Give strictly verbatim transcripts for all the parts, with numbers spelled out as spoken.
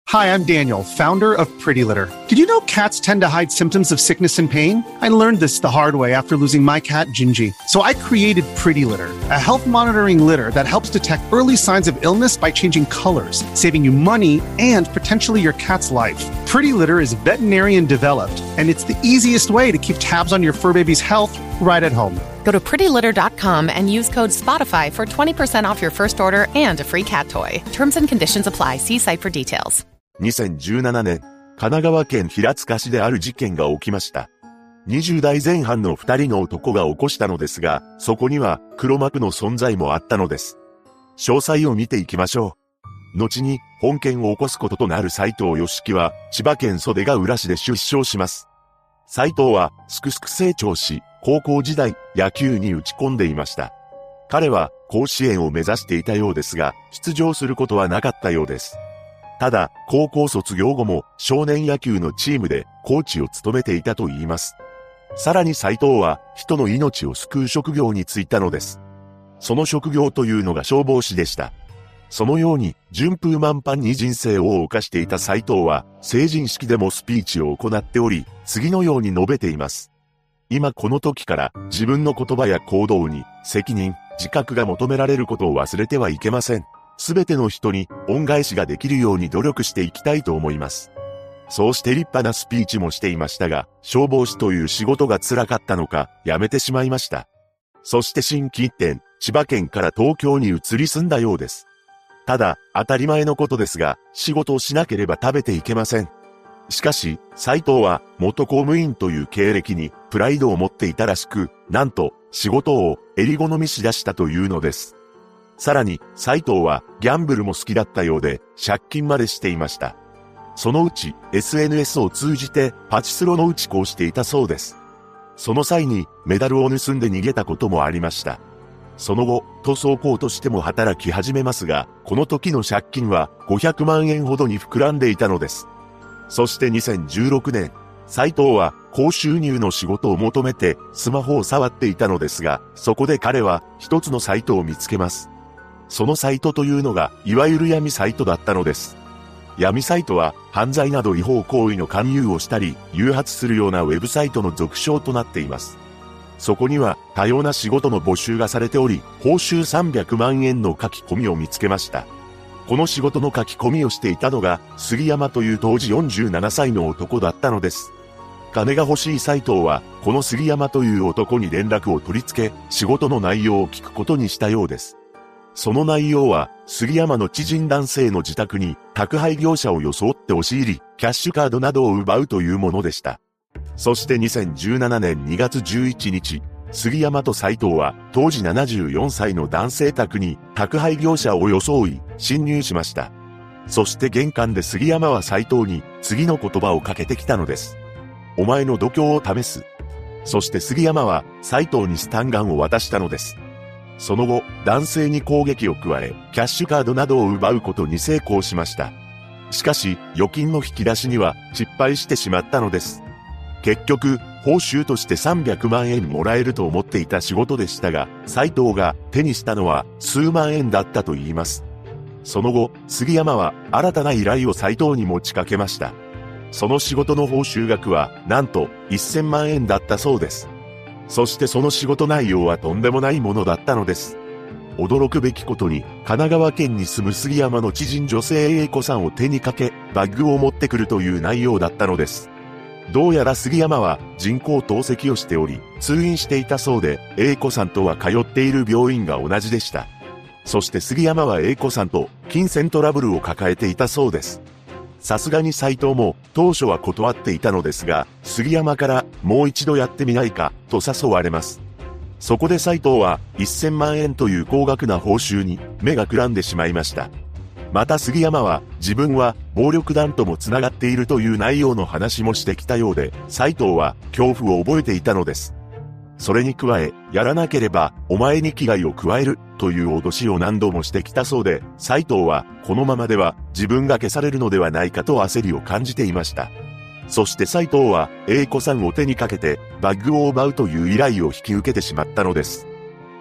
Hi, I'm Daniel, founder of Pretty Litter. Did you know cats tend to hide symptoms of sickness and pain? I learned this the hard way after losing my cat, Gingy. So I created Pretty Litter, a health monitoring litter that helps detect early signs of illness by changing colors, saving you money and potentially your cat's life. Pretty Litter is veterinarian developed, and it's the easiest way to keep tabs on your fur baby's health right at home. Go to pretty litter dot com and use code SPOTIFY for twenty percent off your first order and a free cat toy. Terms and conditions apply. See site for details. にせんじゅうななねん、神奈川県平塚市である事件が起きました。にじゅうだいぜん半のふたりの男が起こしたのですが、そこには黒幕の存在もあったのです。詳細を見ていきましょう。後に本件を起こすこととなる斉藤義樹は千葉県袖ヶ浦市で出生します。斉藤はすくすく成長し、高校時代野球に打ち込んでいました。彼は甲子園を目指していたようですが、出場することはなかったようです。ただ、高校卒業後も少年野球のチームでコーチを務めていたと言います。さらに斉藤は人の命を救う職業に就いたのです。その職業というのが消防士でした。そのように順風満帆に人生を謳歌していた斉藤は成人式でもスピーチを行っており、次のように述べています。今この時から自分の言葉や行動に責任、自覚が求められることを忘れてはいけません。すべての人に恩返しができるように努力していきたいと思います。そうして立派なスピーチもしていましたが、消防士という仕事が辛かったのか、辞めてしまいました。そして心機一転、千葉県から東京に移り住んだようです。ただ、当たり前のことですが、仕事をしなければ食べていけません。しかし、斉藤は元公務員という経歴にプライドを持っていたらしく、なんと仕事を襟好みしだしたというのです。さらに、斉藤はギャンブルも好きだったようで、借金までしていました。そのうち エスエヌエス を通じてパチスロの打ち子をしていたそうです。その際にメダルを盗んで逃げたこともありました。その後、塗装工としても働き始めますが、この時の借金はごひゃくまんえんほどに膨らんでいたのです。そしてにせんじゅうろくねん、斉藤は高収入の仕事を求めてスマホを触っていたのですが、そこで彼は一つのサイトを見つけます。そのサイトというのが、いわゆる闇サイトだったのです。闇サイトは、犯罪など違法行為の勧誘をしたり、誘発するようなウェブサイトの俗称となっています。そこには、多様な仕事の募集がされており、報酬さんびゃくまんえんの書き込みを見つけました。この仕事の書き込みをしていたのが、杉山という当時よんじゅうななさいの男だったのです。金が欲しい斉藤は、この杉山という男に連絡を取り付け、仕事の内容を聞くことにしたようです。その内容は、杉山の知人男性の自宅に宅配業者を装って押し入り、キャッシュカードなどを奪うというものでした。そしてにせんじゅうななねんにがつじゅういちにち、杉山と斉藤は当時ななじゅうよんさいの男性宅に宅配業者を装い侵入しました。そして玄関で杉山は斉藤に次の言葉をかけてきたのです。お前の度胸を試す。そして杉山は斉藤にスタンガンを渡したのです。その後、男性に攻撃を加え、キャッシュカードなどを奪うことに成功しました。しかし、預金の引き出しには失敗してしまったのです。結局、報酬としてさんびゃくまんえんもらえると思っていた仕事でしたが、斉藤が手にしたのは数万円だったと言います。その後、杉山は新たな依頼を斉藤に持ちかけました。その仕事の報酬額は、なんとせんまんえんだったそうです。そしてその仕事内容はとんでもないものだったのです。驚くべきことに、神奈川県に住む杉山の知人女性 A 子さんを手にかけ、バッグを持ってくるという内容だったのです。どうやら杉山は人工透析をしており、通院していたそうで、A 子さんとは通っている病院が同じでした。そして杉山は A 子さんと金銭トラブルを抱えていたそうです。さすがに斉藤も当初は断っていたのですが、杉山からもう一度やってみないかと誘われます。そこで斉藤はせんまんえんという高額な報酬に目がくらんでしまいました。また杉山は自分は暴力団ともつながっているという内容の話もしてきたようで、斉藤は恐怖を覚えていたのです。それに加え、やらなければお前に危害を加えるという脅しを何度もしてきたそうで、斉藤はこのままでは自分が消されるのではないかと焦りを感じていました。そして斉藤は A 子さんを手にかけてバッグを奪うという依頼を引き受けてしまったのです。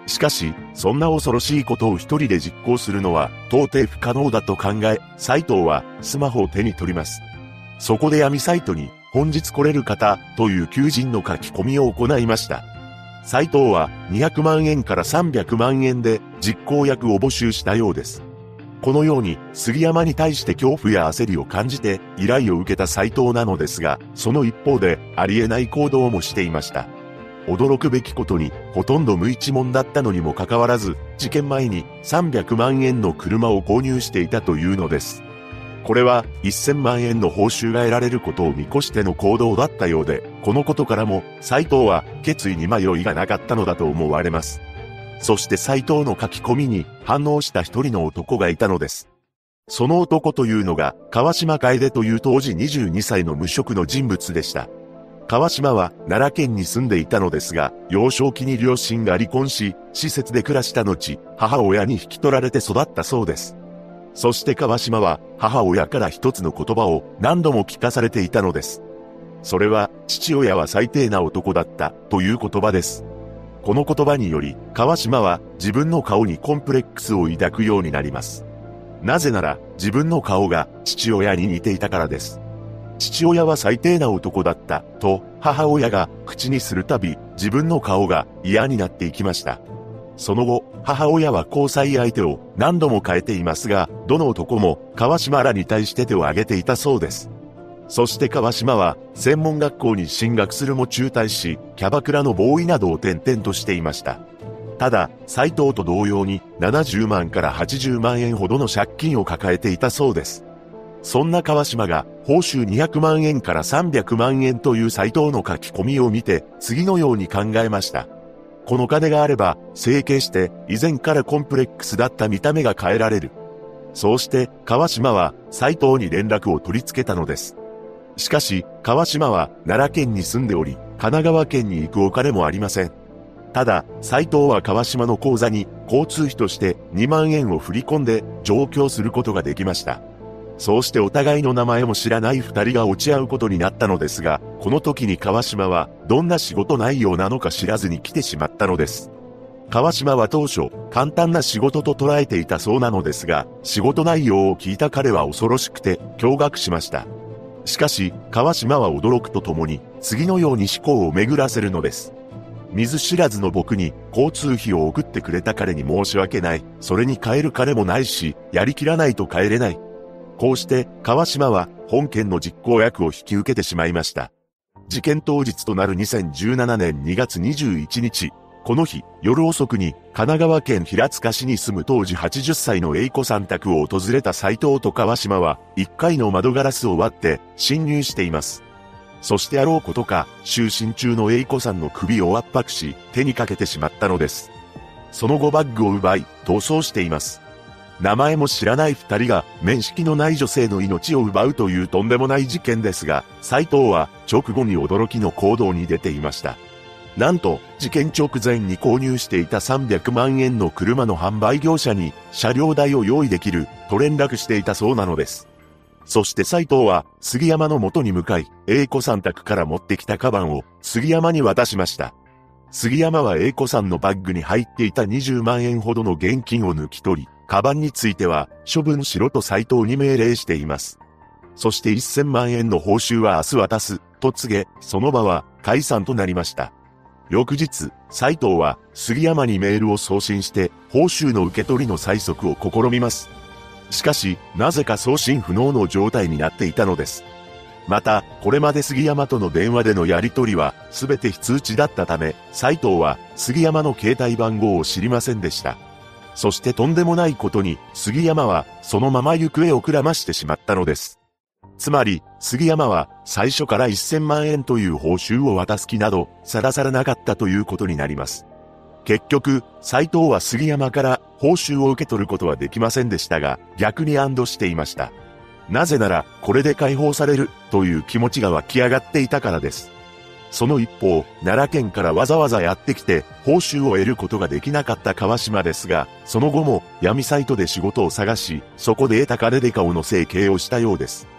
しかし、そんな恐ろしいことを一人で実行するのは到底不可能だと考え、斉藤はスマホを手に取ります。そこで闇サイトに、本日来れる方という求人の書き込みを行いました。斉藤はにひゃくまんえんからさんびゃくまんえんで実行役を募集したようです。このように杉山に対して恐怖や焦りを感じて依頼を受けた斉藤なのですが、その一方でありえない行動もしていました。驚くべきことにほとんど無一文だったのにもかかわらず、事件前にさんびゃくまんえんの車を購入していたというのです。これはせんまんえんの報酬が得られることを見越しての行動だったようで、このことからも斉藤は決意に迷いがなかったのだと思われます。そして斉藤の書き込みに反応した一人の男がいたのです。その男というのが川島楓という当時にじゅうにさいの無職の人物でした。川島は奈良県に住んでいたのですが、幼少期に両親が離婚し、施設で暮らした後、母親に引き取られて育ったそうです。そして川島は母親から一つの言葉を何度も聞かされていたのです。それは、父親は最低な男だったという言葉です。この言葉により、川島は自分の顔にコンプレックスを抱くようになります。なぜなら、自分の顔が父親に似ていたからです。父親は最低な男だったと母親が口にするたび、自分の顔が嫌になっていきました。その後、母親は交際相手を何度も変えていますが、どの男も川島らに対して手を挙げていたそうです。そして川島は専門学校に進学するも中退し、キャバクラのボーイなどを転々としていました。ただ、斉藤と同様にななじゅうまんからはちじゅうまんえんほどの借金を抱えていたそうです。そんな川島が報酬にひゃくまんえんからさんびゃくまんえんという斉藤の書き込みを見て、次のように考えました。この金があれば、整形して以前からコンプレックスだった見た目が変えられる。そうして川島は斉藤に連絡を取り付けたのです。しかし、川島は奈良県に住んでおり、神奈川県に行くお金もありません。ただ、斉藤は川島の口座に交通費としてにまんえんを振り込んで上京することができました。そうしてお互いの名前も知らない二人が落ち合うことになったのですが、この時に川島はどんな仕事内容なのか知らずに来てしまったのです。川島は当初、簡単な仕事と捉えていたそうなのですが、仕事内容を聞いた彼は恐ろしくて驚愕しました。しかし、川島は驚くとともに、次のように思考を巡らせるのです。見ず知らずの僕に交通費を送ってくれた彼に申し訳ない。それに帰る金もないし、やりきらないと帰れない。こうして川島は本件の実行役を引き受けてしまいました。事件当日となるにせんじゅうななねんにがつにじゅういちにち、この日夜遅くに神奈川県平塚市に住む当時はちじゅっさいの A 子さん宅を訪れた斉藤と川島はいっかいの窓ガラスを割って侵入しています。そしてあろうことか就寝中の A 子さんの首を圧迫し手にかけてしまったのです。その後バッグを奪い逃走しています。名前も知らない二人が面識のない女性の命を奪うというとんでもない事件ですが、斉藤は直後に驚きの行動に出ていました。なんと、事件直前に購入していたさんびゃくまんえんの車の販売業者に車両代を用意できると連絡していたそうなのです。そして斉藤は杉山の元に向かい、A 子さん宅から持ってきたカバンを杉山に渡しました。杉山は A 子さんのバッグに入っていたにじゅうまんえんほどの現金を抜き取り、カバンについては処分しろと斉藤に命令しています。そしてせんまんえんの報酬は明日渡すと告げ、その場は解散となりました。翌日、斉藤は杉山にメールを送信して報酬の受け取りの催促を試みます。しかし、なぜか送信不能の状態になっていたのです。また、これまで杉山との電話でのやり取りは全て非通知だったため、斉藤は杉山の携帯番号を知りませんでした。そしてとんでもないことに、杉山はそのまま行方をくらましてしまったのです。つまり、杉山は最初からせんまんえんという報酬を渡す気など、さらさらなかったということになります。結局、斉藤は杉山から報酬を受け取ることはできませんでしたが、逆に安堵していました。なぜなら、これで解放されるという気持ちが湧き上がっていたからです。その一方、奈良県からわざわざやってきて、報酬を得ることができなかった川島ですが、その後も闇サイトで仕事を探し、そこで得た金で顔の整形をしたようです。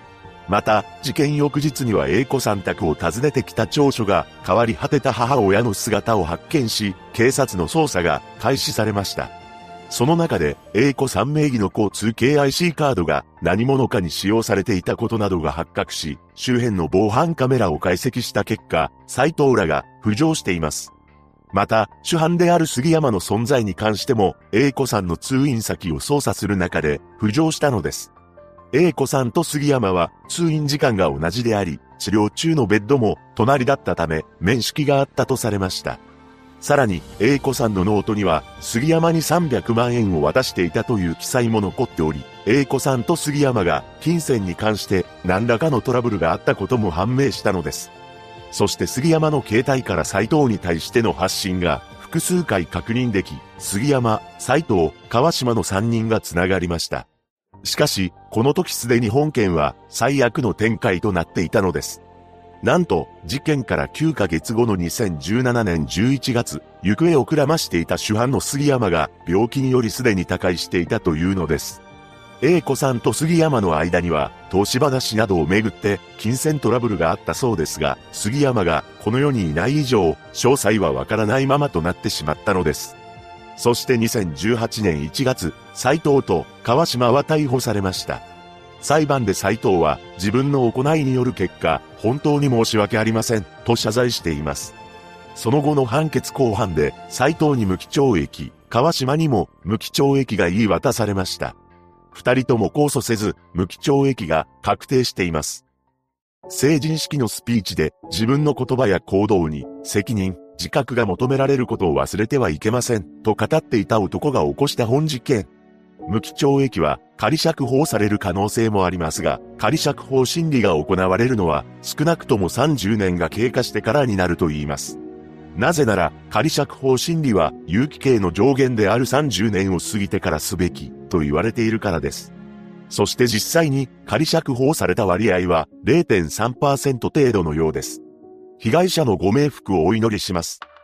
また、事件翌日には A 子さん宅を訪ねてきた長女が変わり果てた母親の姿を発見し、警察の捜査が開始されました。その中で A 子さん名義の交通系 アイシー カードが何者かに使用されていたことなどが発覚し、周辺の防犯カメラを解析した結果、斉藤らが浮上しています。また、主犯である杉山の存在に関しても、A 子さんの通院先を捜査する中で浮上したのです。A 子さんと杉山は通院時間が同じであり、治療中のベッドも隣だったため面識があったとされました。さらに A 子さんのノートには杉山にさんびゃくまんえんを渡していたという記載も残っており、A 子さんと杉山が金銭に関して何らかのトラブルがあったことも判明したのです。そして杉山の携帯から斉藤に対しての発信が複数回確認でき、杉山、斉藤、川島のさんにんが繋がりました。しかし、この時すでに本件は最悪の展開となっていたのです。なんと、事件からきゅうかげつごのにせんじゅうななねんじゅういちがつ、行方をくらましていた主犯の杉山が病気によりすでに他界していたというのです。A 子さんと杉山の間には、投資話などをめぐって金銭トラブルがあったそうですが、杉山がこの世にいない以上、詳細はわからないままとなってしまったのです。そしてにせんじゅうはちねんいちがつ、斉藤と川島は逮捕されました。裁判で斉藤は自分の行いによる結果、本当に申し訳ありません、と謝罪しています。その後の判決公判で、斉藤に無期懲役、川島にも無期懲役が言い渡されました。二人とも控訴せず、無期懲役が確定しています。成人式のスピーチで自分の言葉や行動に責任、自覚が求められることを忘れてはいけません、と語っていた男が起こした本事件。無期懲役は仮釈放される可能性もありますが、仮釈放審理が行われるのは少なくともさんじゅうねんが経過してからになると言います。なぜなら、仮釈放審理は有期刑の上限であるさんじゅうねんを過ぎてからすべきと言われているからです。そして実際に仮釈放された割合は れいてんさんパーセント 程度のようです。被害者のご冥福をお祈りします。